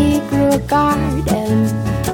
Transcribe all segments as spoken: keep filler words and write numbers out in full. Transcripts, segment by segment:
we grew a garden。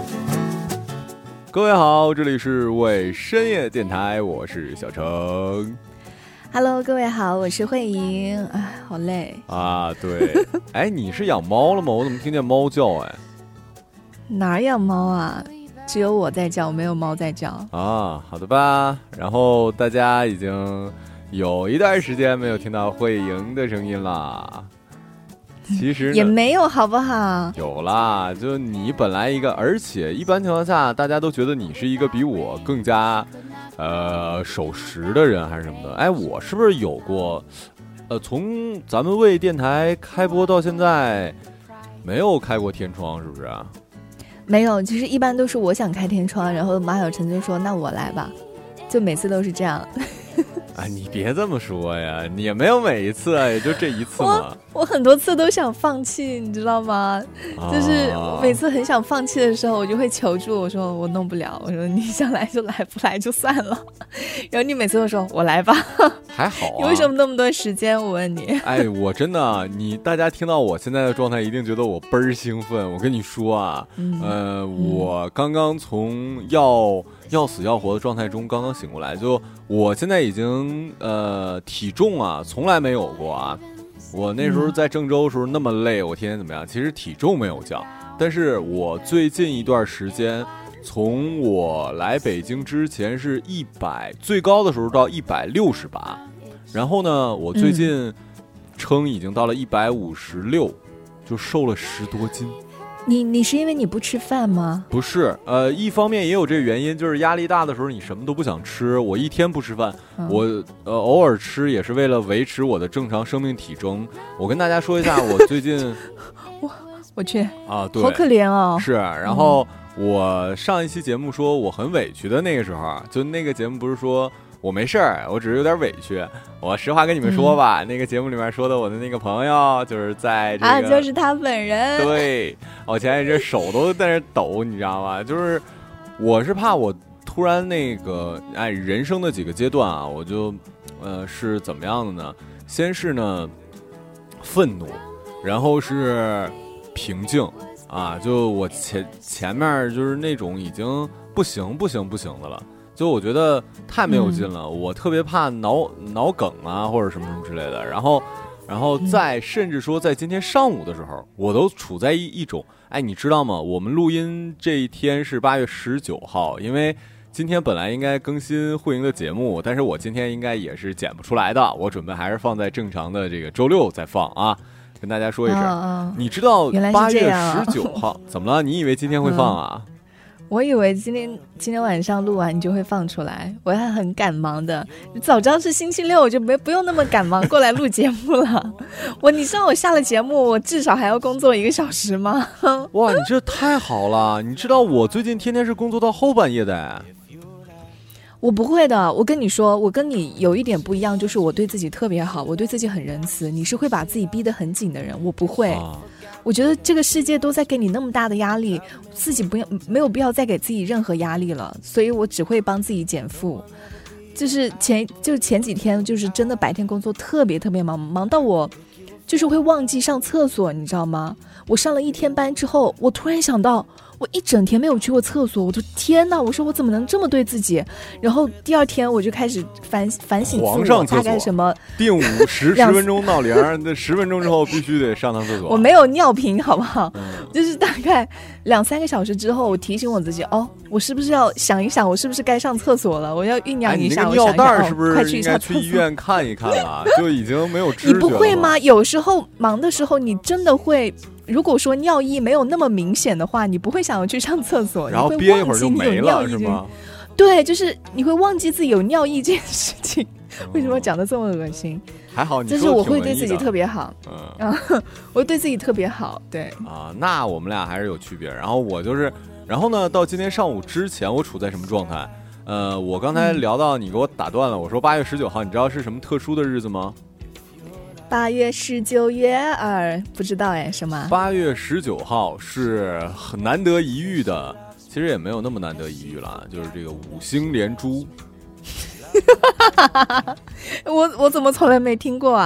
各位好，这里是为深夜电台，我是小程。 Hello， 各位好，我是慧莹。哎，好累啊！对，哎，你是养猫了吗？我怎么听见猫叫？哎， 哪儿养猫啊？只有我在叫，没有猫在叫。 啊，好的吧。然后大家已经有一段时间没有听到慧莹的声音啦。其实也没有，好不好？ 有啦，就你本来一个，而且一般情况下，大家都觉得你是一个比我更加。呃，守时的人还是什么的？哎，我是不是有过？呃，从咱们为电台开播到现在，没有开过天窗，是不是啊？ 没有，其实一般都是我想开天窗，然后马小晨就说：“那我来吧。”就每次都是这样。 哎，你别这么说呀，你也没有每一次啊，也就这一次嘛。 我, 我很多次都想放弃，你知道吗？啊、就是每次很想放弃的时候，我就会求助，我说我弄不了，我说你想来就来，不来就算了。然后你每次都说我来吧， 还好、啊。 你为什么那么多时间？我问你。 哎，我真的，你大家听到我现在的状态，一定觉得我倍儿兴奋。我跟你说啊，嗯、呃，我刚刚从要。要死要活的状态中刚刚醒过来，就我现在已经呃体重啊从来没有过啊，我那时候在郑州的时候那么累，我天天怎么样？其实体重没有降，但是我最近一段时间，从我来北京之前是一百最高的时候到一百六十八，然后呢，我最近称已经到了一百五十六，就瘦了十多斤。 你你是因为你不吃饭吗？ 不是，呃，一方面也有这个原因，就是压力大的时候你什么都不想吃。我一天不吃饭，嗯、我呃偶尔吃也是为了维持我的正常生命体征。我跟大家说一下，我最近， 我我去啊，对， 好可怜哦。 是，然后我上一期节目说我很委屈的那个时候，就那个节目不是说。我没事儿，我只是有点委屈。我实话跟你们说吧，嗯、那个节目里面说的我的那个朋友，就是在这个啊，就是他本人。 对，我前一阵手都在那抖，你知道吗？就是我是怕我突然那个哎，人生的几个阶段啊，我就呃是怎么样的呢？先是呢愤怒，然后是平静啊，就我前前面就是那种已经不行不行不行的了。就我觉得太没有劲了，嗯、我特别怕脑脑梗啊或者什么什么之类的，然后，然后再甚至说在今天上午的时候，我都处在一一种，哎，你知道吗？我们录音这一天是八月十九号，因为今天本来应该更新慧莹的节目，但是我今天应该也是剪不出来的，我准备还是放在正常的这个周六再放啊，跟大家说一声。哦哦你知道八月十九号怎么了？你以为今天会放啊？嗯我以为今天今天晚上录完你就会放出来，我还很赶忙的。早知道是星期六，我就没不用那么赶忙过来录节目了。我你知道我下了节目，我至少还要工作一个小时吗？ 哇，你这太好了！你知道我最近天天是工作到后半夜的。 我不会的，我跟你说，我跟你有一点不一样，就是我对自己特别好，我对自己很仁慈。你是会把自己逼得很紧的人，我不会。啊我觉得这个世界都在给你那么大的压力，自己不要没有必要再给自己任何压力了，所以我只会帮自己减负。就是前就前几天，就是真的白天工作特别特别忙，忙到我就是会忘记上厕所，你知道吗？我上了一天班之后，我突然想到。我一整天没有去过厕所，我的天哪！我说我怎么能这么对自己？然后第二天我就开始反反省自我，大概什么定五十十分钟闹铃，那十分钟之后必须得上趟厕所。 我没有尿频，好不好？嗯、就是大概两三个小时之后，我提醒我自己，哦，我是不是要想一想，我是不是该上厕所了？我要酝酿一下。 哎、你那个尿袋是不是应该去医院看一看了？就已经没有知觉了。 你不会吗？有时候忙的时候，你真的会。如果说尿意没有那么明显的话，你不会想要去上厕所， 然后憋一会儿就没了，是吗？ 对，就是你会忘记自己有尿意这件事情。嗯、为什么讲得这么恶心？ 还好你说的挺文艺的，就是我会对自己特别好，嗯，啊、我会对自己特别好，对啊，那我们俩还是有区别。然后我就是，然后呢，到今天上午之前，我处在什么状态？呃，我刚才聊到你给我打断了，我说八月十九号，你知道是什么特殊的日子吗？ 八月十九月二，不知道哎，什么？ 八月十九号是很难得一遇的，其实也没有那么难得一遇了，就是这个五星连珠。 我我怎么从来没听过啊？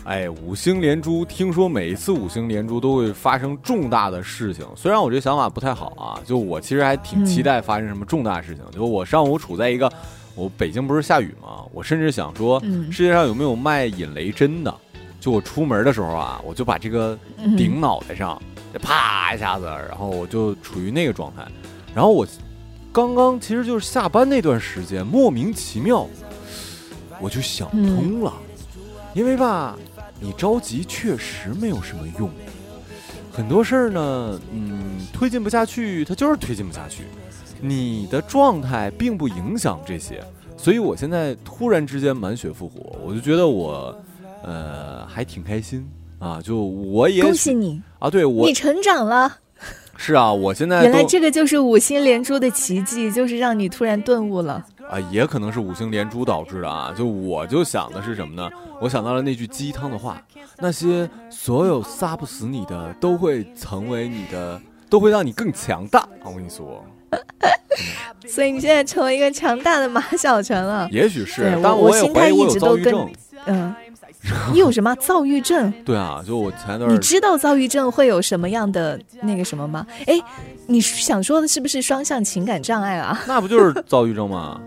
哎，五星连珠，听说每一次五星连珠都会发生重大的事情。虽然我这想法不太好啊，就我其实还挺期待发生什么重大事情。嗯、就我上午处在一个，我北京不是下雨吗？我甚至想说，嗯、世界上有没有卖引雷针的？就我出门的时候啊，我就把这个顶脑袋上，嗯、啪一下子，然后我就处于那个状态。然后我刚刚其实就是下班那段时间，莫名其妙，我就想通了，嗯、因为吧。你着急确实没有什么用，很多事儿呢，嗯，推进不下去，它就是推进不下去。你的状态并不影响这些，所以我现在突然之间满血复活，我就觉得我，呃，还挺开心啊！就我也恭喜你啊，对我你成长了。 是啊，我现在原来这个就是五星连珠的奇迹，就是让你突然顿悟了。 啊，也可能是五星连珠导致的啊！就我就想的是什么呢？我想到了那句鸡汤的话：那些所有杀不死你的，都会成为你的，都会让你更强大。啊、我跟你说， 所以你现在成为一个强大的马小成了。 也许是，但我也怀疑我有躁郁症。 嗯，你有什么躁郁症？ 对啊，就我前段， 你知道躁郁症会有什么样的那个什么吗？哎，你想说的是不是双向情感障碍啊？ 那不就是躁郁症吗？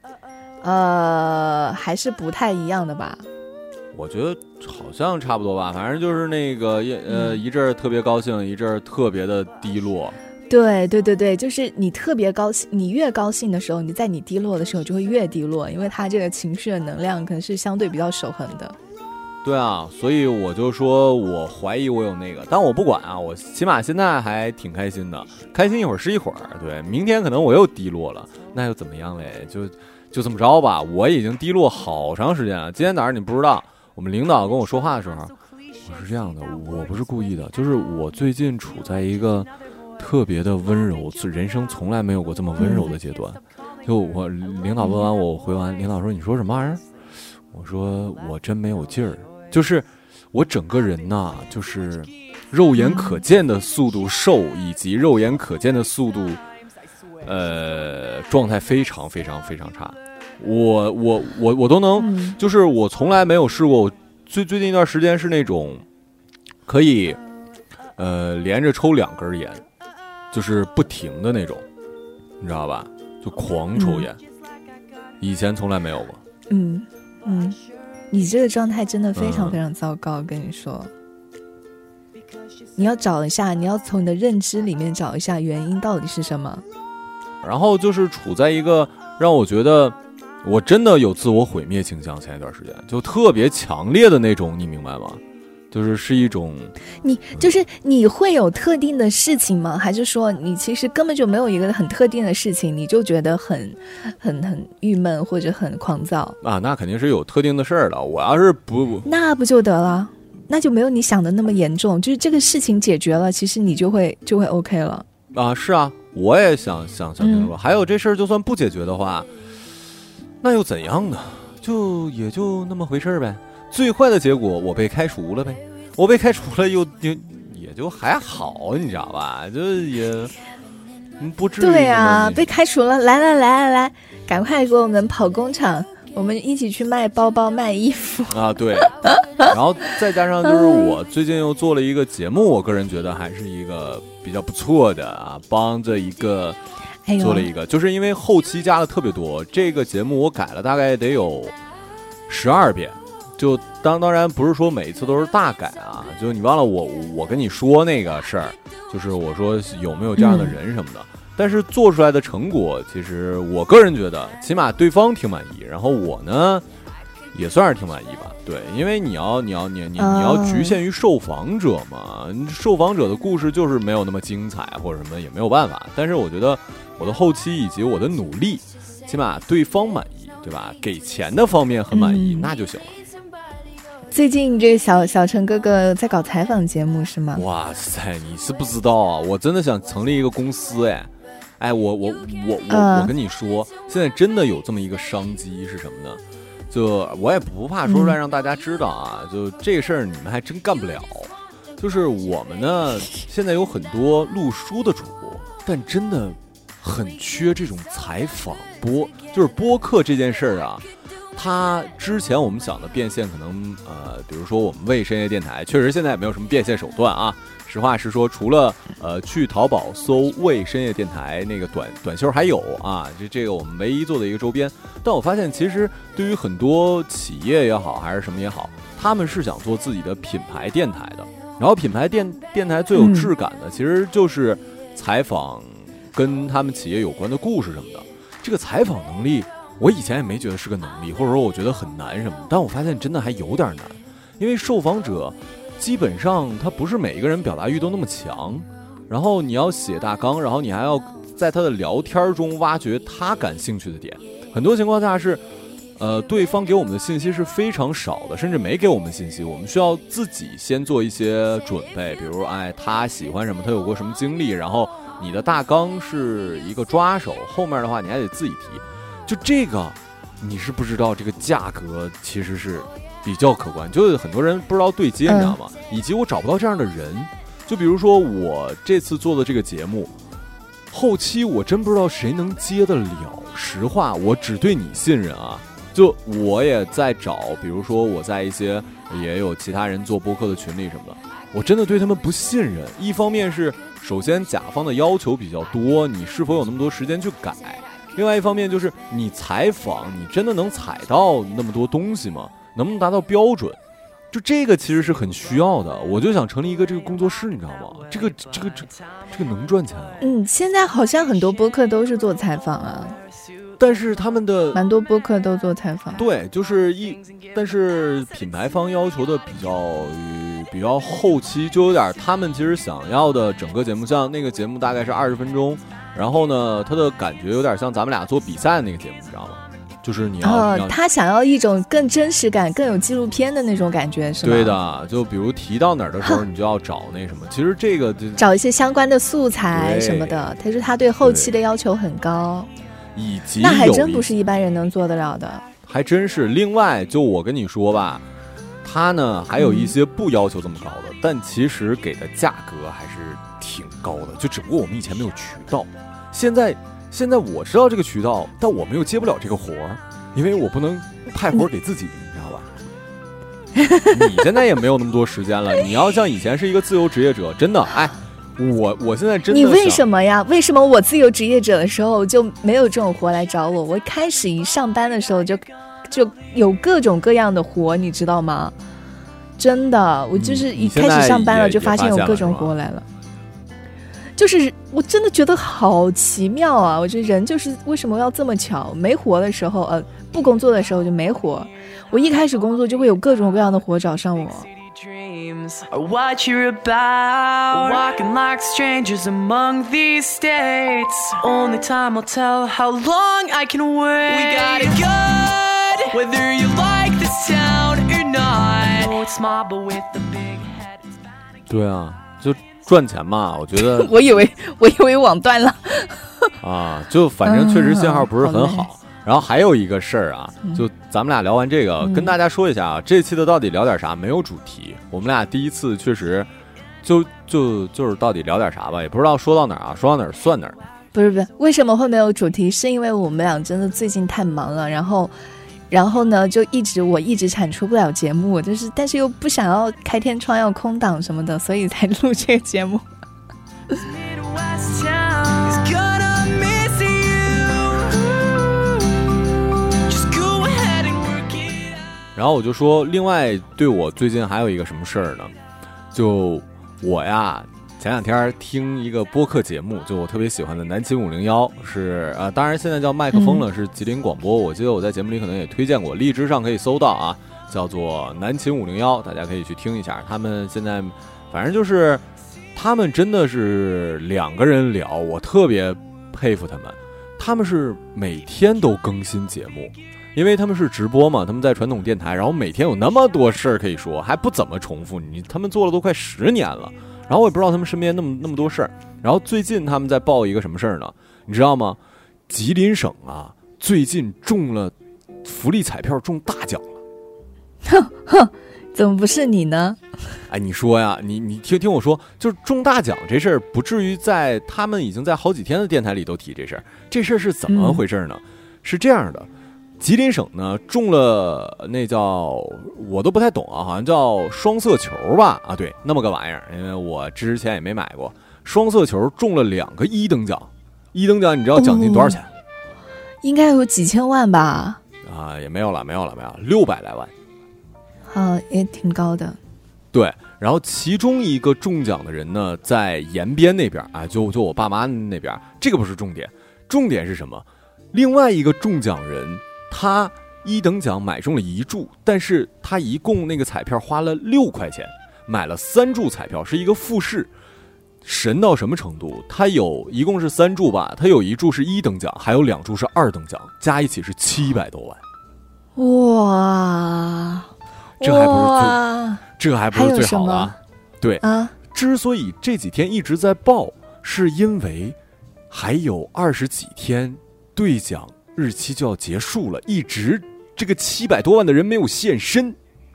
呃，还是不太一样的吧。 我觉得好像差不多吧，反正就是那个呃，一阵特别高兴，一阵特别的低落。 对对对对，就是你特别高兴，你越高兴的时候，你在你低落的时候就会越低落，因为它这个情绪的能量可能是相对比较守恒的。 对啊，所以我就说我怀疑我有那个，但我不管啊，我起码现在还挺开心的，开心一会儿是一会儿。对，明天可能我又低落了，那又怎么样嘞？就就这么着吧，我已经低落好长时间了。今天早上你不知道，我们领导跟我说话的时候，我是这样的，我不是故意的，就是我最近处在一个特别的温柔，人生从来没有过这么温柔的阶段。就我领导问完我回完，领导说你说什么玩意儿？我说我真没有劲儿，就是我整个人呐，就是肉眼可见的速度瘦，以及肉眼可见的速度，呃，状态非常非常非常差。我我我我都能，就是我从来没有试过。我最最近一段时间是那种可以，呃，连着抽两根烟，就是不停的那种，你知道吧？就狂抽烟，嗯、以前从来没有过。 嗯嗯，你这个状态真的非常非常糟糕，嗯、跟你说，你要找一下，你要从你的认知里面找一下原因到底是什么。 然后就是处在一个让我觉得。我真的有自我毁灭倾向，前一段时间就特别强烈的那种，你明白吗？就是是一种， 你就是你会有特定的事情吗？还是说你其实根本就没有一个很特定的事情，你就觉得很很很郁闷或者很狂躁啊？那肯定是有特定的事儿了。我要是不， 那不就得了？那就没有你想的那么严重。就是这个事情解决了，其实你就会就会 OK 了啊。是啊，我也想想想清楚。嗯、还有这事儿，就算不解决的话。那又怎样呢？就也就那么回事呗。最坏的结果，我被开除了呗。我被开除了又，又也就还好，你知道吧？就也不至于。 对啊，被开除了，来来来来来，赶快给我们跑工厂，我们一起去卖包包、卖衣服啊！对，然后再加上就是我最近又做了一个节目，我个人觉得还是一个比较不错的啊，帮着一个。做了一个，就是因为后期加的特别多，这个节目我改了大概得有十二遍，就当当然不是说每一次都是大改啊，就你忘了我我跟你说那个事儿，就是我说有没有这样的人什么的，嗯、但是做出来的成果，其实我个人觉得，起码对方挺满意，然后我呢也算是挺满意吧。对，因为你要你要你你你要局限于受访者嘛，受访者的故事就是没有那么精彩或者什么也没有办法。但是我觉得我的后期以及我的努力，起码对方满意，对吧？给钱的方面很满意，嗯、那就行了。 最近这个小小陈哥哥在搞采访节目是吗？ 哇塞，你是不知道啊！我真的想成立一个公司哎，哎，我我我我、呃、我跟你说，现在真的有这么一个商机是什么呢？就我也不怕说出来让大家知道啊，嗯、就这个事儿你们还真干不了。就是我们呢，现在有很多录书的主播，但真的很缺这种采访播，就是播客这件事儿啊。 它之前我们想的变现可能呃，比如说我们为深夜电台，确实现在也没有什么变现手段啊。实话实说，除了呃去淘宝搜为深夜电台那个短短袖还有啊，这这个我们唯一做的一个周边。但我发现其实对于很多企业也好还是什么也好，他们是想做自己的品牌电台的。然后品牌电电台最有质感的，其实就是采访跟他们企业有关的故事什么的。这个采访能力，我以前也没觉得是个能力，或者说我觉得很难什么的，但我发现真的还有点难，因为受访者基本上他不是每一个人表达欲都那么强，然后你要写大纲，然后你还要在他的聊天中挖掘他感兴趣的点，很多情况下是呃，对方给我们的信息是非常少的，甚至没给我们信息，我们需要自己先做一些准备，比如哎他喜欢什么，他有过什么经历，然后你的大纲是一个抓手，后面的话你还得自己提，就这个你是不知道这个价格其实是比较可观，就是很多人不知道对接，你知道吗？以及我找不到这样的人，就比如说我这次做的这个节目，后期我真不知道谁能接得了。实话，我只对你信任啊。就我也在找，比如说我在一些也有其他人做播客的群里什么的，我真的对他们不信任。一方面是首先甲方的要求比较多，你是否有那么多时间去改？另外一方面就是你采访，你真的能采到那么多东西吗？能不能达到标准？就这个其实是很需要的。我就想成立一个这个工作室，你知道吗？这个这个这这个能赚钱啊。 嗯，现在好像很多播客都是做采访啊。 但是他们的蛮多播客都做采访， 对，就是一，但是品牌方要求的比较比较后期，就有点他们其实想要的整个节目，像那个节目大概是二十分钟，然后呢，他的感觉有点像咱们俩做比赛的那个节目，你知道吗？就是你要， 哦， 你要他想要一种更真实感、更有纪录片的那种感觉，是吗？ 对的，就比如提到哪儿的时候，你就要找那什么。其实这个就找一些相关的素材什么的，他说他对后期的要求很高。 以及那还真不是一般人能做得了的， 还真是。另外，就我跟你说吧，他呢还有一些不要求这么高的，嗯、但其实给的价格还是挺高的。就只不过我们以前没有渠道，现在现在我知道这个渠道，但我们又接不了这个活儿，因为我不能派活给自己，你知道吧？你现在也没有那么多时间了，你要像以前是一个自由职业者，真的哎。我我现在真的你为什么呀？为什么我自由职业者的时候就没有这种活来找我？我开始一上班的时候就就有各种各样的活，你知道吗？真的，我就是一开始上班了就发现有各种活来了。就是我真的觉得好奇妙啊！我觉得人就是为什么要这么巧？没活的时候，呃，不工作的时候就没活。我一开始工作就会有各种各样的活找上我。 Dreams are what you're about. Walking like strangers among these states. Only time will tell how long I can wait. We got it good, whether you like this town or not. Oh, it's small, but with the big head. 对啊，就赚钱嘛，我觉得。 我以为我以为网断了。 啊，就反正确实信号不是很好。嗯然后还有一个事儿啊，就咱们俩聊完这个，嗯、跟大家说一下啊，这期的到底聊点啥？没有主题，我们俩第一次确实就就就是到底聊点啥吧，也不知道说到哪儿啊，说到哪儿算哪儿。 不是不是，为什么会没有主题？是因为我们俩真的最近太忙了，然后然后呢，就一直我一直产出不了节目，就是但是又不想要开天窗要空档什么的，所以才录这个节目。 然后我就说，另外对我最近还有一个什么事儿呢？就我呀，前两天听一个播客节目，就我特别喜欢的南秦五零幺，是啊，当然现在叫麦克风了，是吉林广播。我记得我在节目里可能也推荐过，荔枝上可以搜到啊，叫做南秦五零幺，大家可以去听一下。他们现在反正就是他们真的是两个人聊，我特别佩服他们。他们是每天都更新节目。因为他们是直播嘛，他们在传统电台，然后每天有那么多事儿可以说，还不怎么重复。你他们做了都快十年了，然后我也不知道他们身边那么那么多事儿。然后最近他们在报一个什么事儿呢？你知道吗？吉林省啊，最近中了福利彩票中大奖了。 哼哼，怎么不是你呢？ 哎，你说呀，你你听听我说，就是中大奖这事儿，不至于在他们已经在好几天的电台里都提这事儿。这事儿是怎么回事呢？嗯、是这样的。 吉林省呢中了那叫我都不太懂啊，好像叫双色球吧啊，对，那么个玩意儿，因为我之前也没买过。双色球中了两个一等奖，一等奖你知道奖金多少钱？哦、 应该有几千万吧？ 啊，也没有了，没有了，没有了，六百来万。 啊，也挺高的。 对，然后其中一个中奖的人呢，在延边那边啊，就就我爸妈那边，这个不是重点，重点是什么？另外一个中奖人。他一等奖买中了一注，但是他一共那个彩票花了六块钱，买了三注彩票，是一个复式。神到什么程度？他有一共是三注吧，他有一注是一等奖，还有两注是二等奖，加一起是七百多万。 哇， 这还不是最，这还不是最好的啊！对啊，之所以这几天一直在报，是因为还有二十几天兑奖日期就要结束了，一直这个七百多万的人没有现身。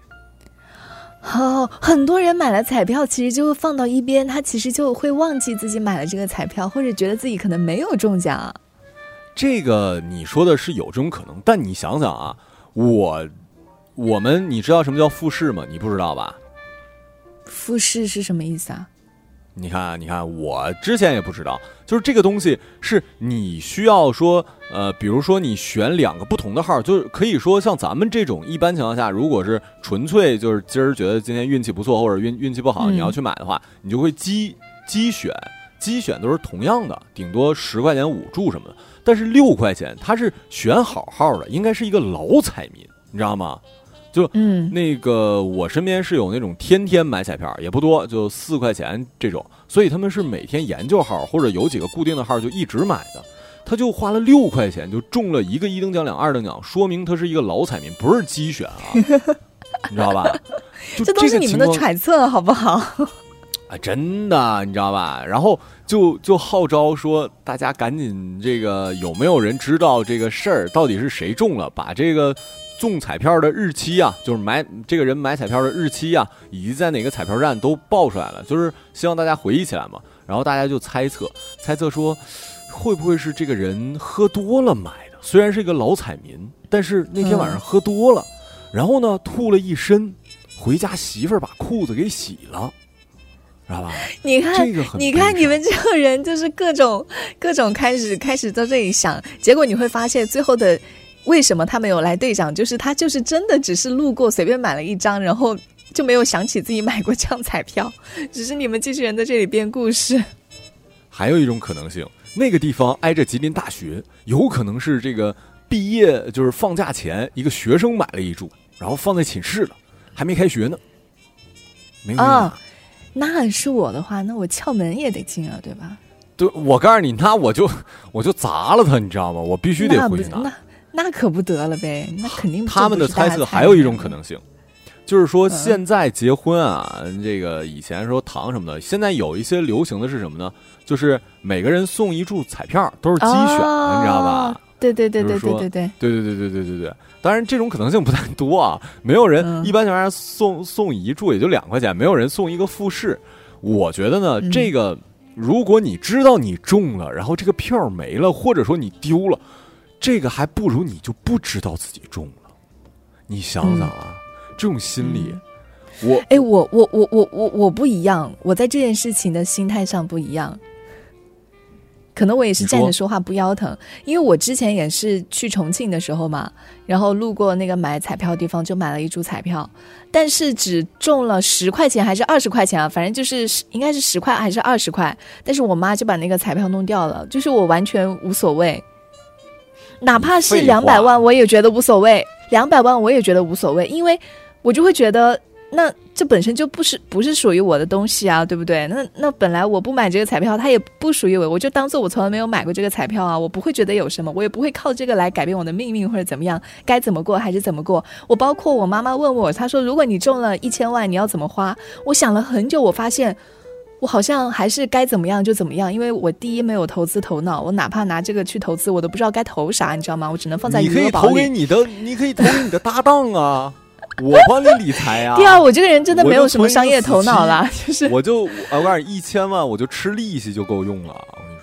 哦，很多人买了彩票，其实就会放到一边，他其实就会忘记自己买了这个彩票，或者觉得自己可能没有中奖。 这个你说的是有这种可能，但你想想啊，我我们你知道什么叫复式吗？你不知道吧？ 复式是什么意思啊？ 你看，你看，我之前也不知道，就是这个东西是你需要说，呃，比如说你选两个不同的号，就是可以说像咱们这种一般情况下，如果是纯粹就是今儿觉得今天运气不错或者运运气不好，嗯、你要去买的话，你就会机机选，机选都是同样的，顶多十块钱五注什么的，但是六块钱它是选好号的，应该是一个老彩民，你知道吗？就嗯，那个我身边是有那种天天买彩票，也不多，就四块钱这种，所以他们是每天研究号或者有几个固定的号就一直买的。他就花了六块钱就中了一个一等奖两二等奖，说明他是一个老彩民，不是机选啊，你知道吧？就这都是你们的揣测，好不好？ 啊，真的，你知道吧？然后就就号召说，大家赶紧这个有没有人知道这个事儿，到底是谁中了？把这个中彩票的日期啊，就是买这个人买彩票的日期啊，以及在哪个彩票站都报出来了，就是希望大家回忆起来嘛。然后大家就猜测，猜测说会不会是这个人喝多了买的？虽然是一个老彩民，但是那天晚上喝多了，嗯、然后呢吐了一身，回家媳妇儿把裤子给洗了。知道吧？ 你看， 这个很你看你们这个人就是各种各种开始开始在这里想，结果你会发现最后的为什么他没有来兑奖，就是他就是真的只是路过随便买了一张，然后就没有想起自己买过这样彩票，只是你们机器人在这里编故事。 还有一种可能性，那个地方挨着吉林大学，有可能是这个毕业就是放假前一个学生买了一注，然后放在寝室了，还没开学呢。没有啊。 那是我的话，那我撬门也得进啊，对吧？ 对，我告诉你，那我就我就砸了他，你知道吗？我必须得回去拿。 那那可不得了呗，那肯定不。 他们的猜测还有一种可能性，就是说现在结婚啊，嗯、这个以前说糖什么的，现在有一些流行的是什么呢？就是每个人送一注彩票，都是机选的，哦、你知道吧？ 对对对对对对对对对对对对对对对。当然，这种可能性不太多啊，没有人、嗯、一般情况下送送一注也就两块钱，没有人送一个复式。我觉得呢，嗯、这个如果你知道你中了，然后这个票没了，或者说你丢了，这个还不如你就不知道自己中了。你想想啊，嗯、这种心理，嗯、我哎，我我我我我我不一样，我在这件事情的心态上不一样。可能我也是站着说话不腰疼，因为我之前也是去重庆的时候嘛，然后路过那个买彩票的地方就买了一注彩票，但是只中了十块钱还是二十块钱啊，反正就是应该是十块还是二十块，但是我妈就把那个彩票弄掉了，就是我完全无所谓，哪怕是两百万我也觉得无所谓，两百万我也觉得无所谓，因为我就会觉得那这本身就不是不是属于我的东西啊，对不对？那那本来我不买这个彩票，它也不属于我，我就当做我从来没有买过这个彩票啊，我不会觉得有什么，我也不会靠这个来改变我的命运或者怎么样，该怎么过还是怎么过。我包括我妈妈问我，她说如果你中了一千万，你要怎么花？我想了很久，我发现我好像还是该怎么样就怎么样，因为我第一没有投资头脑，我哪怕拿这个去投资，我都不知道该投啥，你知道吗？我只能放在余额宝里。 你可以投给你的，你可以投给你的搭档啊。我帮你理财啊！ 第二，我这个人真的没有什么商业头脑啦，就是我就我告诉你，一千万我就吃利息就够用了。我跟你说，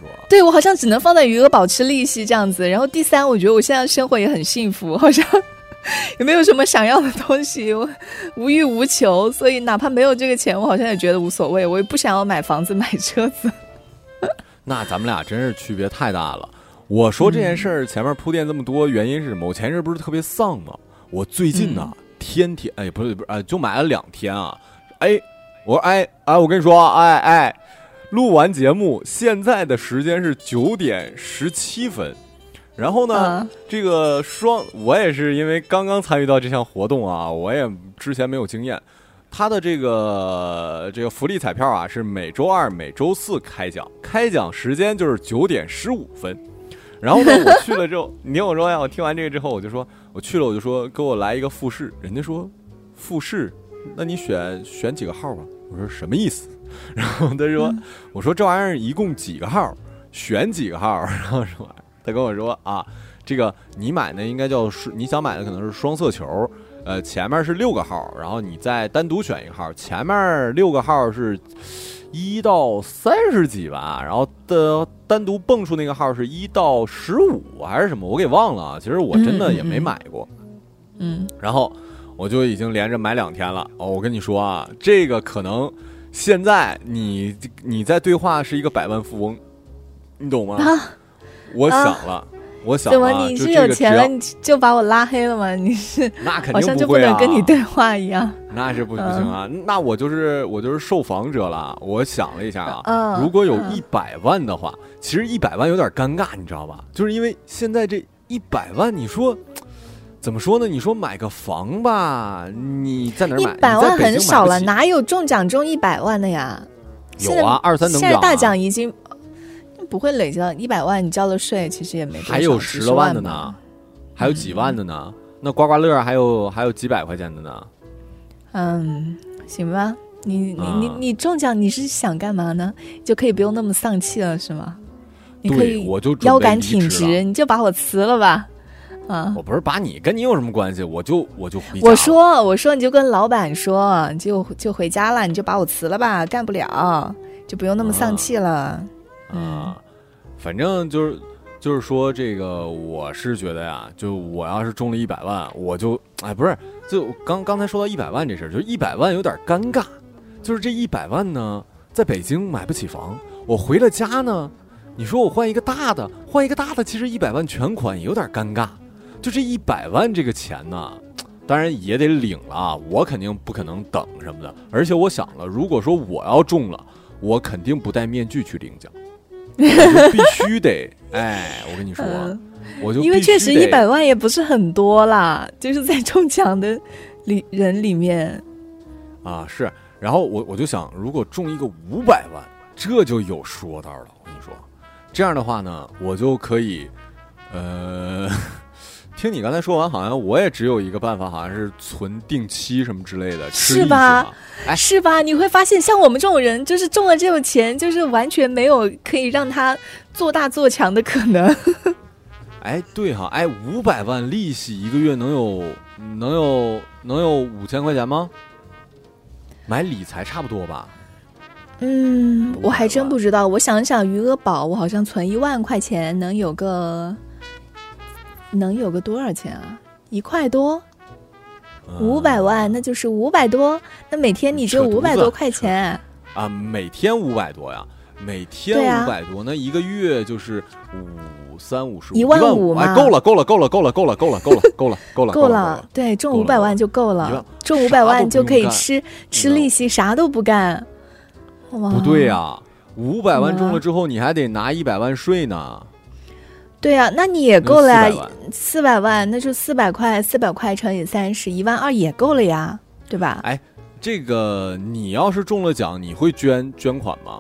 对，我好像只能放在余额宝吃利息这样子。然后第三，我觉得我现在生活也很幸福，好像也没有什么想要的东西，我无欲无求，所以哪怕没有这个钱，我好像也觉得无所谓。我也不想要买房子买车子。 那咱们俩真是区别太大了。我说这件事儿前面铺垫这么多，原因是什么？我前阵不是特别丧吗？我最近呢、啊嗯、天天哎不是不是哎就买了两天啊，哎我说哎哎我跟你说哎哎，录完节目现在的时间是九点十七分，然后呢、嗯、这个双我也是因为刚刚参与到这项活动啊，我也之前没有经验。他的这个这个福利彩票啊是每周二每周四开奖，开奖时间就是九点十五分。然后呢，我去了之后，你听我说呀，我听完这个之后，我就说，我去了，我就说，给我来一个复试。人家说，复试，那你选选几个号吧？我说什么意思？然后他说，嗯、我说这玩意儿一共几个号？选几个号？然后说，他跟我说啊，这个你买的应该叫你想买的可能是双色球，呃，前面是六个号，然后你再单独选一个号，前面六个号是一到三十几吧，然后的单独蹦出那个号是一到十五还是什么，我给忘了啊。其实我真的也没买过， 嗯，嗯然后我就已经连着买两天了。哦，我跟你说啊，这个可能现在你你在对话是一个百万富翁，你懂吗？啊、我想了。啊我想、啊、 怎么你是有钱了你就把我拉黑了吗？你是那肯定不会、啊、 好像就不能跟你对话一样。 那是不不行啊、嗯！那我就是我就是受访者了。我想了一下啊， 嗯、 如果有一百万的话，嗯、其实一百万有点尴尬，你知道吧？就是因为现在这一百万，你说怎么说呢？你说买个房吧，你在哪儿买？ 一百万很少了，哪有中奖中一百万的呀？ 有啊，二三等奖、啊。 现在大奖已经。不会累积到一百万，你交了税，其实也没多少。 还有十万的呢，还有几万的呢？嗯、那刮刮乐还有还有几百块钱的呢。 嗯，行吧，你你你你中奖，你是想干嘛呢？就可以不用那么丧气了，是吗？你可以腰杆挺直，你就把我辞了吧。啊， 我不是把你，跟你有什么关系？我就我就回家。 我说我说你就跟老板说，就就回家了，你就把我辞了吧，干不了，就不用那么丧气了。啊啊，反正就是就是说这个，我是觉得呀，就我要是中了一百万，我就哎不是，就刚刚才说到一百万这事儿，就一百万有点尴尬，就是这一百万呢，在北京买不起房，我回了家呢，你说我换一个大的，换一个大的，其实一百万全款也有点尴尬，就这一百万这个钱呢，当然也得领了，我肯定不可能等什么的，而且我想了，如果说我要中了，我肯定不戴面具去领奖。我就必须得，哎，我跟你说，嗯、我就因为确实一百万也不是很多啦，就是在中奖的里人里面啊是。然后我我就想，如果中一个五百万，这就有说道了。我跟你说，这样的话呢，我就可以，呃，听你刚才说完，好像我也只有一个办法，好像是存定期什么之类的， 是吧？哎，是吧？你会发现，像我们这种人，就是中了这种钱，就是完全没有可以让他做大做强的可能。 哎，对哈，哎，五百万利息一个月能有能有能有五千块钱吗？买理财差不多吧？ 嗯，我还真不知道。我想想，余额宝我好像存一万块钱，能有个能有个多少钱啊？一块多。五百万，那就是五百多，那每天你只有五百多块钱啊？每天五百多呀？每天五百多、啊，那一个月就是五三五十一万五嘛？ 哎，够了，够了，够了，够了，够了，够了，够了，够了，够了， 够了。对，中五百万就够了，中五百万就可以吃吃利息，啥都不干。哇， 不对呀、啊，五百万中了之后，你还得拿一百万税呢。 对啊，那你也够了呀，四百万，那就四百块，四百块乘以三十，一万二也够了呀，对吧？ 哎，这个你要是中了奖，你会捐捐款吗？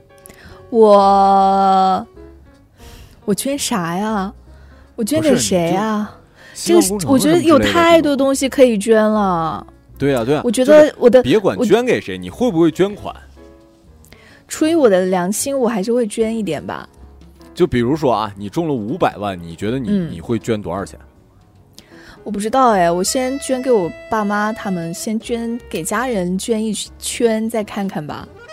我我捐啥呀？我捐给谁啊？这个我觉得有太多东西可以捐了。 对啊，对啊， 我觉得我的、 就是、别管捐给谁，你会不会捐款？ 出于我的良心，我还是会捐一点吧。 就比如说啊，你中了五百万，你觉得你、嗯、你会捐多少钱？ 我不知道哎，我先捐给我爸妈，他们先捐给家人捐一圈，再看看吧。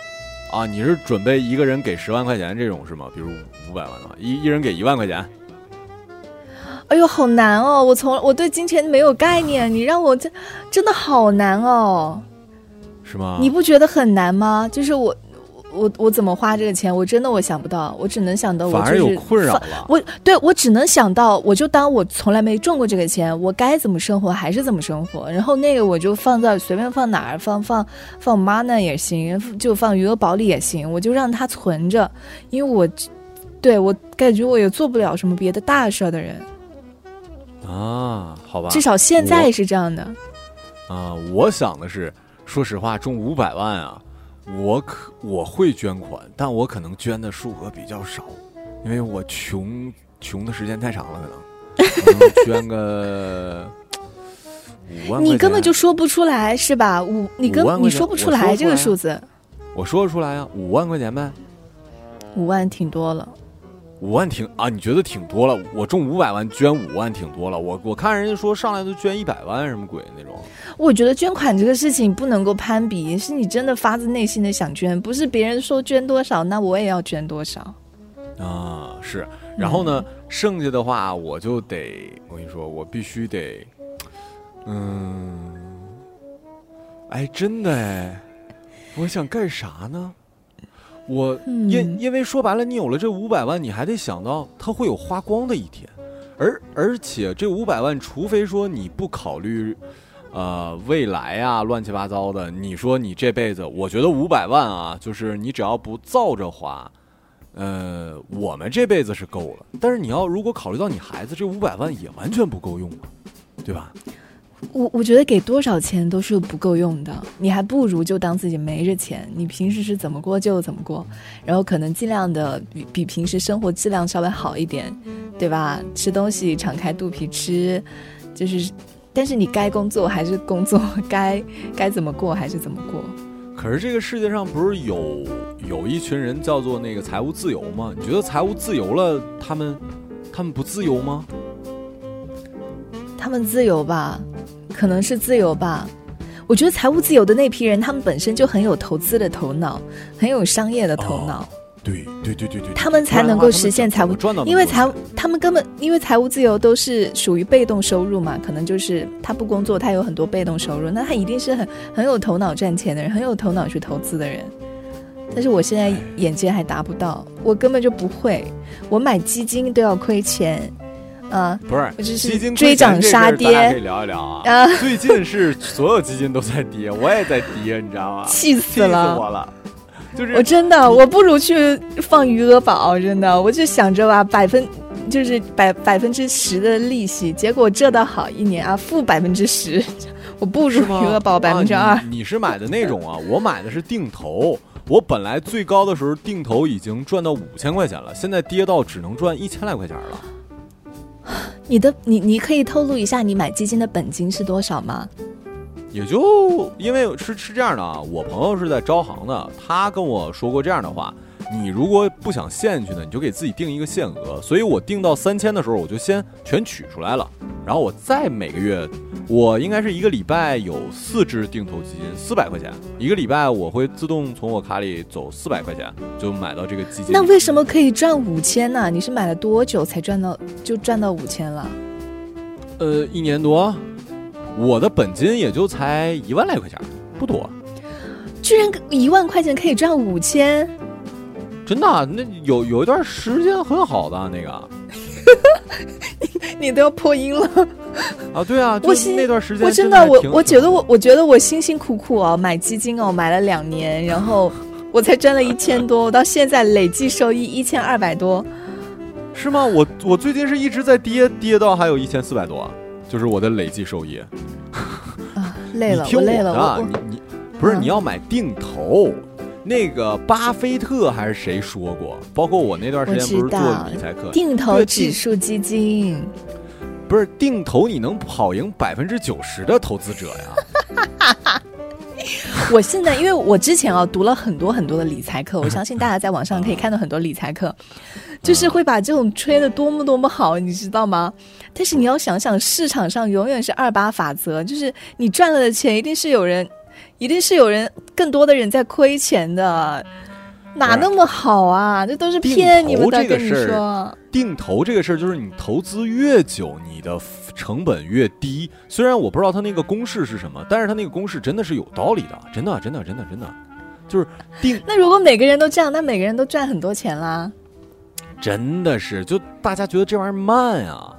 啊，你是准备一个人给十万块钱这种是吗？比如五百万的话，一一人给一万块钱。 哎呦，好难哦！我从我对金钱没有概念，你让我真真的好难哦。 是吗？ 你不觉得很难吗？就是我。我我怎么花这个钱？我真的我想不到，我只能想到我就是反而有困扰了。 我对我只能想到，我就当我从来没挣过这个钱，我该怎么生活还是怎么生活。然后那个我就放在随便放哪儿，放放放我妈那也行，就放余额宝里也行，我就让它存着。因为我对我感觉我也做不了什么别的大事的人啊，好吧， 至少现在是这样的啊。我想的是，说实话，中五百万啊。我可我会捐款，但我可能捐的数额比较少，因为我穷穷的时间太长了，可能可能捐个五万块钱。 你根本就说不出来是吧？五你根你说不出来这个数字。 我说得出来啊，五万块钱呗。 五万挺多了。 五万挺啊？你觉得挺多了？我中五百万捐五万挺多了。我我看人家说上来都捐一百万，什么鬼那种。 我觉得捐款这个事情不能够攀比，是你真的发自内心的想捐，不是别人说捐多少，那我也要捐多少。 啊，是。然后呢，嗯、剩下的话我就得，我跟你说，我必须得，嗯，哎，真的哎，我想干啥呢？我因因为说白了，你有了这五百万，你还得想到它会有花光的一天，而而且这五百万，除非说你不考虑，呃，未来啊，乱七八糟的，你说你这辈子，我觉得五百万啊，就是你只要不造着花，呃，我们这辈子是够了。但是你要如果考虑到你孩子，这五百万也完全不够用啊，对吧？ 我我觉得给多少钱都是不够用的，你还不如就当自己没着钱，你平时是怎么过就怎么过，然后可能尽量的比比平时生活质量稍微好一点，对吧？吃东西敞开肚皮吃，就是但是你该工作还是工作，该该怎么过还是怎么过。 可是这个世界上不是有有一群人叫做那个财务自由吗？你觉得财务自由了，他们他们不自由吗？ 他们自由吧，可能是自由吧。我觉得财务自由的那批人，他们本身就很有投资的头脑，很有商业的头脑。哦、 对对对对对， 他们才能够实现财务，因为财他们根本因为财务自由都是属于被动收入嘛，可能就是他不工作，他有很多被动收入，那他一定是很很有头脑赚钱的人，很有头脑去投资的人。但是我现在眼界还达不到，我根本就不会，我买基金都要亏钱。啊， 不是， 我就是追涨杀跌， 大家可以聊一聊啊。啊最近是所有基金都在跌，我也在跌，你知道吗？ 气死了， 气死我了！就是我真的，我不如去放余额宝，真的，我就想着吧，百分就是百百分之十的利息，结果这倒好，一年啊负百分之十，我不如余额宝百分之二。 你是买的那种啊？我买的是定投。我本来最高的时候定投已经赚到五千块钱了，现在跌到只能赚一千来块钱了。 你的你你可以透露一下你买基金的本金是多少吗？ 也就因为是是这样的啊，我朋友是在招行的，他跟我说过这样的话：你如果不想陷进去呢，你就给自己定一个限额。所以我定到三千的时候，我就先全取出来了，然后我再每个月，我应该是一个礼拜有四只定投基金，四百块钱一个礼拜，我会自动从我卡里走四百块钱，就买到这个基金。 那为什么可以赚五千呢？你是买了多久才赚到就赚到五千了？ 呃，一年多。我的本金也就才一万来块钱，不多。 居然一万块钱可以赚五千， 真的、啊？那有有一段时间很好的那个， 你, 你都要破音了啊！对啊，就是那段时间我真的我我觉得我我觉得我辛辛苦苦哦买基金哦买了两年，然后我才赚了一千多，我到现在累计收益一千二百多， 是吗？我我最近是一直在跌，跌到还有一千四百多。就是我的累计收益啊，累了， 你听我的， 我累了， 你你不是、啊、你要买定投，那个巴菲特还是谁说过？包括我那段时间不是做理财课， 定投指数基金， 不是定投，你能跑赢百分之九十的投资者呀。 我现在因为我之前啊读了很多很多的理财课，我相信大家在网上可以看到很多理财课，就是会把这种吹得多么多么好，你知道吗？但是你要想想，市场上永远是二八法则，就是你赚了的钱一定是有人，一定是有人更多的人在亏钱的。 哪那么好啊？这都是骗你们的，跟你说。 定投这个事儿，就是你投资越久，你的成本越低。虽然我不知道它那个公式是什么，但是它那个公式真的是有道理的，真的，真的，真的，真的，就是定。 那如果每个人都这样，那每个人都赚很多钱啦。 真的是，就大家觉得这玩意儿慢啊，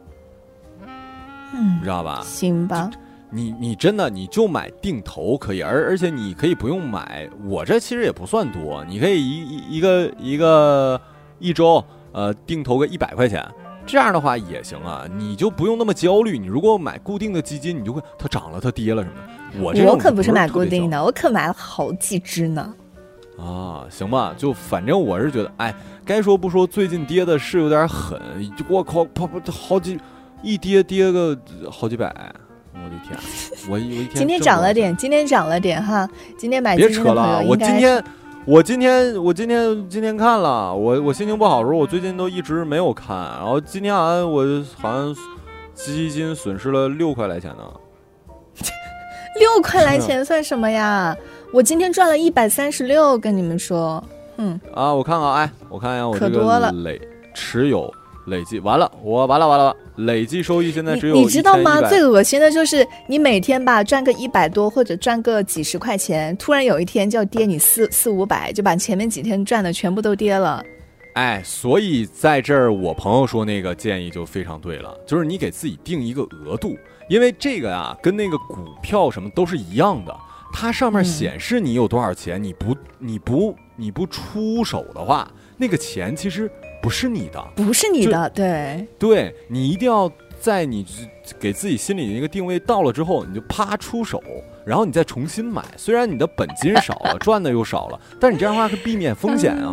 嗯， 你知道吧？ 行吧。 你你真的你就买定投可以，而而且你可以不用买，我这其实也不算多，你可以一一一个一个一周呃定投个一百块钱，这样的话也行啊，你就不用那么焦虑。你如果买固定的基金，你就会它涨了它跌了什么的。我这我可不是买固定的，我可买了好几只呢。 啊，行吧，就反正我是觉得，哎，该说不说，最近跌的是有点狠，我靠，啪啪好几一跌跌个好几百。我的天，我我一天今天涨了点，今天涨了点哈。今天买别扯了，我今天我今天我今天今天看了，我我心情不好的时候，我最近都一直没有看，然后今天好像我好像基金损失了六块来钱呢。 六块来钱算什么呀？我今天赚了一百三十六，跟你们说，嗯啊，我看看，哎，我看一下我这个累持有。累计完了，我完了完了完了，累计收益现在只有你, 你知道吗？最恶心的就是你每天吧赚个一百多或者赚个几十块钱，突然有一天就要跌你四四五百，就把前面几天赚的全部都跌了。 哎，所以在这儿我朋友说那个建议就非常对了，就是你给自己定一个额度，因为这个啊跟那个股票什么都是一样的，它上面显示你有多少钱，嗯、你不你不你不出手的话，那个钱其实。不是你的， 不是你的，对对，你一定要在你给自己心里的一个定位到了之后，你就啪出手，然后你再重新买。虽然你的本金少了，赚的又少了，但是你这样的话是避免风险啊。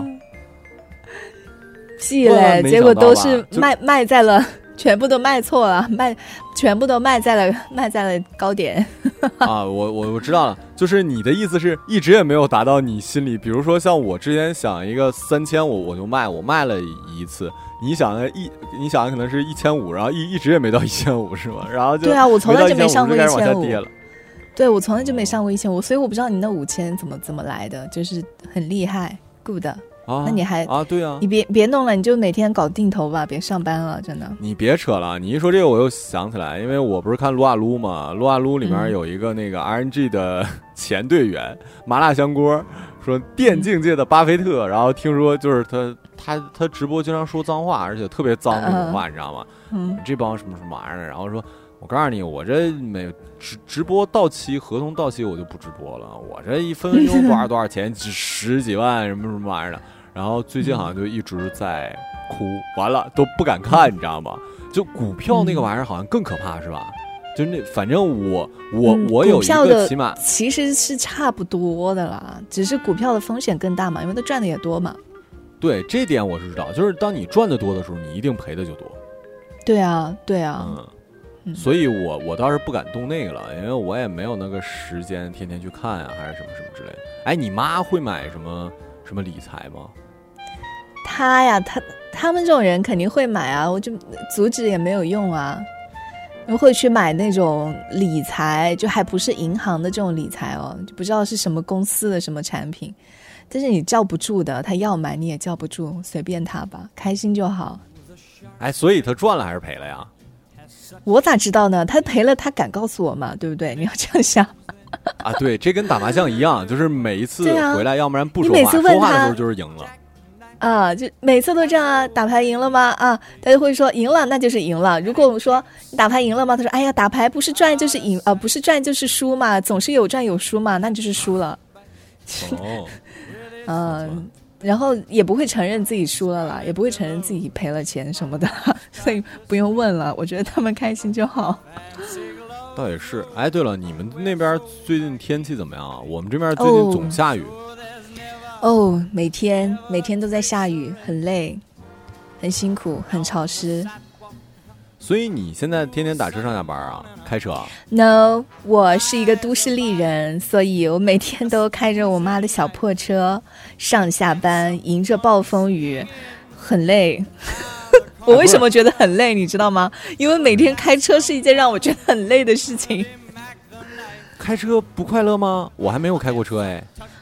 屁嘞，结果都是卖卖在了。全部都卖错了，卖全部都卖在了卖在了高点啊！我我我知道了，就是你的意思是一直也没有达到你心里，比如说像我之前想一个三千，我我就卖，我卖了一次。你想的一，你想的可能是一千五，然后一一直也没到一千五是吗？然后就对啊，我从来就没上过一千五。对，我从来就没上过一千五，所以我不知道你那五千怎么怎么来的，就是很厉害 ，good。 啊、 那你还啊？对啊， 你别别弄了，你就每天搞定投吧，别上班了，真的。 你别扯了，你一说这个我又想起来，因为我不是看撸啊撸嘛，撸啊撸里面有一个那个 R N G 的前队员、嗯、麻辣香锅，说电竞界的巴菲特，然后听说就是他他他直播经常说脏话，而且特别脏那种话，嗯、你知道吗？嗯，这帮什么什么玩意儿，然后说。我告诉你，我这每直直播到期，合同到期我就不直播了。我这一分分钟多少多少钱，几十几万什么什么玩意儿的。然后最近好像就一直在哭，完了都不敢看，你知道吗？就股票那个玩意儿好像更可怕，是吧？就那反正我我、嗯、我有一个起码其实是差不多的啦，只是股票的风险更大嘛，因为它赚的也多嘛。 对，这点我是知道，就是当你赚的多的时候，你一定赔的就多。 对啊，对啊。 嗯。所以我我倒是不敢动那个了，因为我也没有那个时间天天去看啊，还是什么什么之类的。哎，你妈会买什么什么理财吗？ 她呀，她他们这种人肯定会买啊，我就阻止也没有用啊。会去买那种理财，就还不是银行的这种理财哦，就不知道是什么公司的什么产品，但是你叫不住的，他要买你也叫不住，随便他吧，开心就好。 哎，所以他赚了还是赔了呀？ 我咋知道呢？他赔了，他敢告诉我吗？对不对？你要这样想啊。对，这跟打麻将一样，就是每一次回来，要不然不说话， 说话的时候就是赢了。 啊，就每次都这样啊。打牌赢了吗？啊，他就会说赢了，那就是赢了。如果我们说你打牌赢了吗？他说哎呀，打牌不是赚就是赢，呃，不是赚就是输嘛，总是有赚有输嘛，那就是输了。 哦， 嗯。然后也不会承认自己输了啦，也不会承认自己赔了钱什么的，所以不用问了。我觉得他们开心就好。 倒也是。哎，对了，你们那边最近天气怎么样啊？我们这边最近总下雨。 哦， oh, 每天每天都在下雨，很累，很辛苦，很潮湿。 所以你现在天天打车上下班啊？开车啊 ？No， 我是一个都市丽人，所以我每天都开着我妈的小破车上下班，迎着暴风雨，很累。我为什么觉得很累，你知道吗？因为每天开车是一件让我觉得很累的事情。 开车不快乐吗？我还没有开过车哎。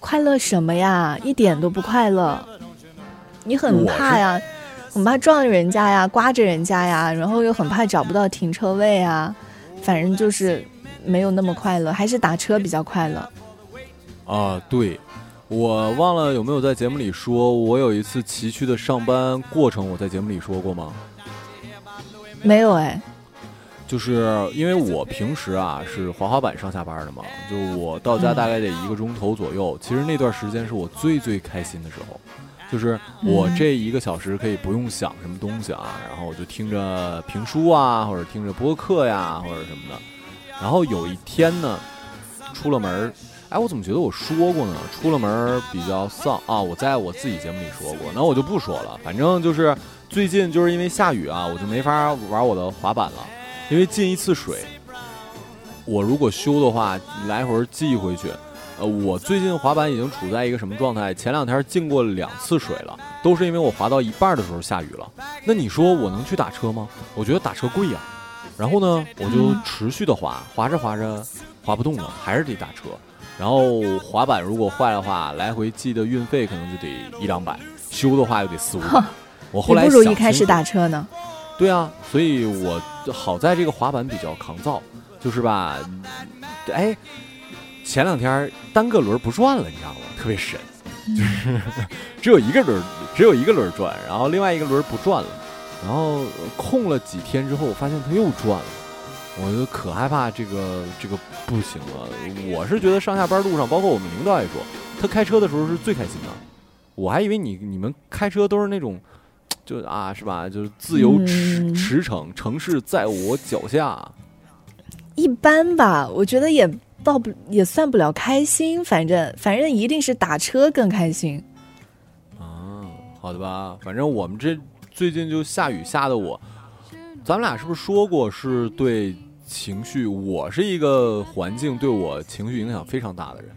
快乐什么呀？一点都不快乐。你很怕呀，很怕撞着人家呀，刮着人家呀，然后又很怕找不到停车位啊，反正就是没有那么快乐，还是打车比较快乐。 啊，对，我忘了有没有在节目里说，我有一次崎岖的上班过程，我在节目里说过吗？ 没有哎。 就是因为我平时啊是滑滑板上下班的嘛，就我到家大概得一个钟头左右、嗯、其实那段时间是我最最开心的时候，就是我这一个小时可以不用想什么东西啊，然后我就听着评书啊，或者听着播客呀，或者什么的。然后有一天呢出了门，哎，我怎么觉得我说过呢？出了门比较丧啊，我在我自己节目里说过，那我就不说了。反正就是最近就是因为下雨啊，我就没法玩我的滑板了。因为进一次水，我如果修的话，来回寄回去。呃，我最近滑板已经处在一个什么状态？前两天进过两次水了，都是因为我滑到一半的时候下雨了。那你说我能去打车吗？我觉得打车贵呀、啊。然后呢，我就持续的滑，滑着滑着滑不动了，还是得打车。然后滑板如果坏的话，来回寄的运费可能就得一两百，修的话又得四五百。我后来你不如一开始打车呢。 对啊，所以我好在这个滑板比较抗造，就是吧，哎，前两天单个轮不转了，你知道吗？特别神，就是只有一个轮，只有一个轮转，然后另外一个轮不转了，然后空了几天之后，我发现它又转了，我就可害怕这个这个不行了。我是觉得上下班路上，包括我们领导也说，他开车的时候是最开心的。我还以为你你们开车都是那种。就啊，是吧？就是自由驰驰骋，城市在我脚下。 一般吧，我觉得也到不也算不了开心，反正反正一定是打车更开心。 啊，好的吧，反正我们这最近就下雨下的我，咱们俩是不是说过是对情绪？我是一个环境对我情绪影响非常大的人。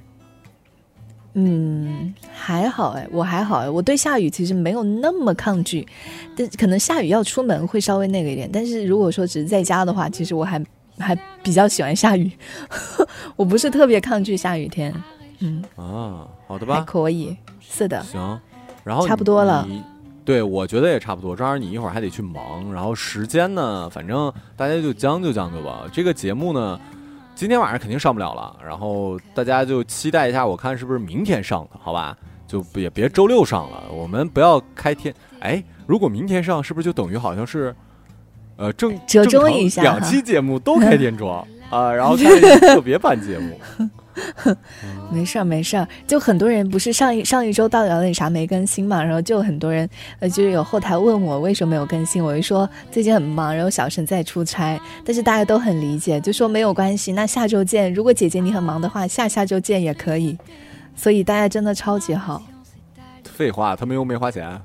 嗯，还好哎，我还好哎，我对下雨其实没有那么抗拒，但可能下雨要出门会稍微那个一点，但是如果说只是在家的话，其实我还还比较喜欢下雨，我不是特别抗拒下雨天。嗯啊，好的吧， 还可以，是的， 行，然后差不多了。 对，我觉得也差不多。正好你一会儿还得去忙，然后时间呢，反正大家就将就将就吧。这个节目呢。今天晚上肯定上不了了，然后大家就期待一下，我看是不是明天上的，好吧？就也别周六上了，我们不要开天。哎，如果明天上，是不是就等于好像是，呃，正折中一下， 两期节目都开天窗啊，然后开了一个特别版节目。 没事儿没事儿，就很多人不是上一上一周到底那啥没更新嘛，然后就很多人呃就是有后台问我为什么没有更新，我就说最近很忙，然后小陈在出差，但是大家都很理解，就说没有关系，那下周见，如果姐姐你很忙的话，下下周见也可以，所以大家真的超级好。 废话，他们又没花钱。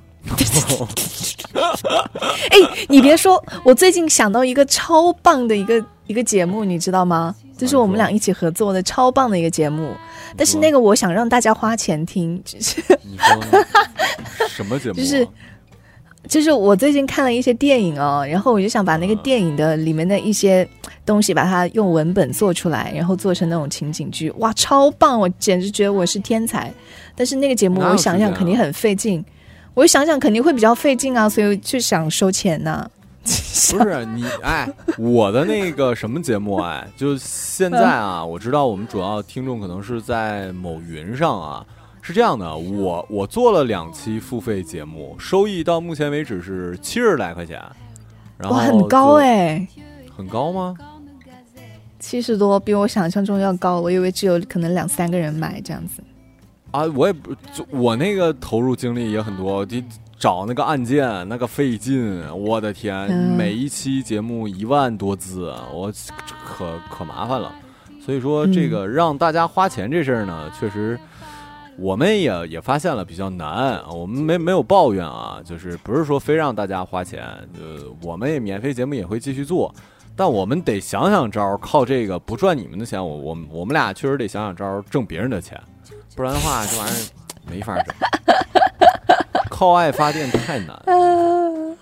哎，你别说，我最近想到一个超棒的一个一个节目，你知道吗？就是我们俩一起合作的超棒的一个节目，但是那个我想让大家花钱听。就是你说什么节目、啊？就是就是我最近看了一些电影哦，然后我就想把那个电影的里面的一些东西把它用文本做出来，然后做成那种情景剧，哇，超棒！我简直觉得我是天才。但是那个节目我想想肯定很费劲，我想想肯定会比较费劲啊，所以就想收钱呢、啊。 不是你哎，我的那个什么节目哎，就现在啊，我知道我们主要听众可能是在某云上啊，是这样的，我我做了两期付费节目，收益到目前为止是七十来块钱，然后哇，很高哎， 很高吗？ 七十多，比我想象中要高，我以为只有可能两三个人买这样子。 啊，我也不，就我那个投入精力也很多，就找那个案件那个费劲，我的天，嗯、每一期节目一万多字，我可可麻烦了。所以说，这个让大家花钱这事儿呢，嗯、确实我们也也发现了比较难。我们没没有抱怨啊，就是不是说非让大家花钱，呃，我们也免费节目也会继续做。但我们得想想招，靠这个不赚你们的钱，我我们我们俩确实得想想招挣别人的钱，不然的话这玩意儿没法整。靠爱发电太难。 呃，好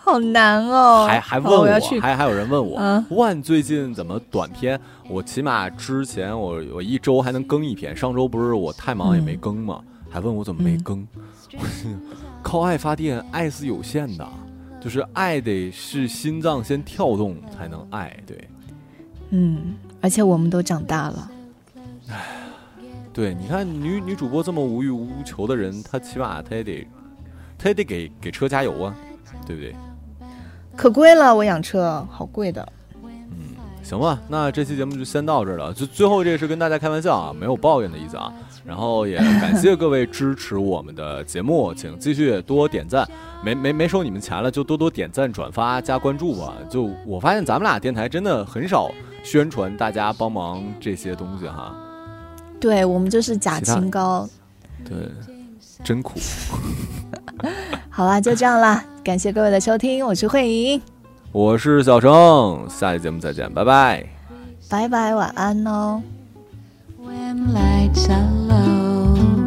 好难哦。 还还问我， 哦、我要去还还有人问我， 嗯、 万最近怎么短片？我起码之前我我一周还能更一篇，上周不是我太忙也没更嘛，嗯、还问我怎么没更。嗯、靠爱发电，爱是有限的，就是爱得是心脏先跳动才能爱，对。 嗯，而且我们都长大了。 唉，对，你看女女主播这么无欲无求的人，她起码她也得，她也得给给车加油啊，对不对？ 可贵了，我养车好贵的。 嗯，行吧，那这期节目就先到这儿了。就最后这是跟大家开玩笑啊，没有抱怨的意思啊。然后也感谢各位支持我们的节目，请继续多点赞。没没没收你们钱了，就多多点赞、转发、加关注吧。就我发现咱们俩电台真的很少宣传大家帮忙这些东西哈。 对，我们就是假清高。 对，真苦。 好啦，就这样啦，感谢各位的收听，我是慧莹， 我是小程，下期节目再见，拜拜， 拜拜，晚安哦。 When lights are low,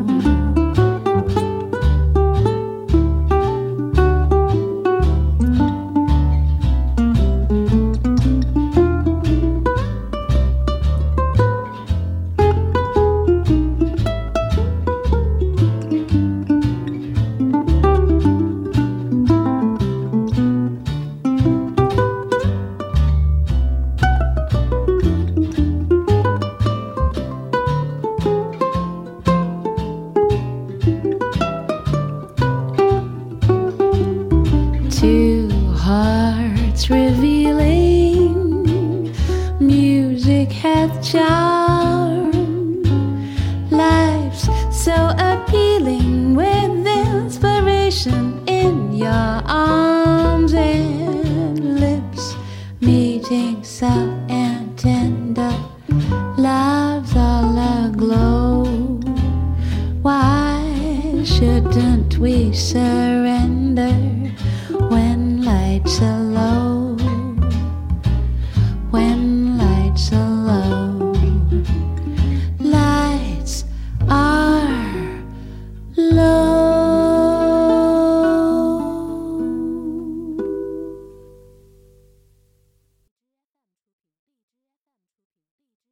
two hearts revealing, music has charm, life's so appealing with inspiration in your arms and lips meeting soft and tender, love's all aglow. Why shouldn't we surrender when lights are low, when lights are low?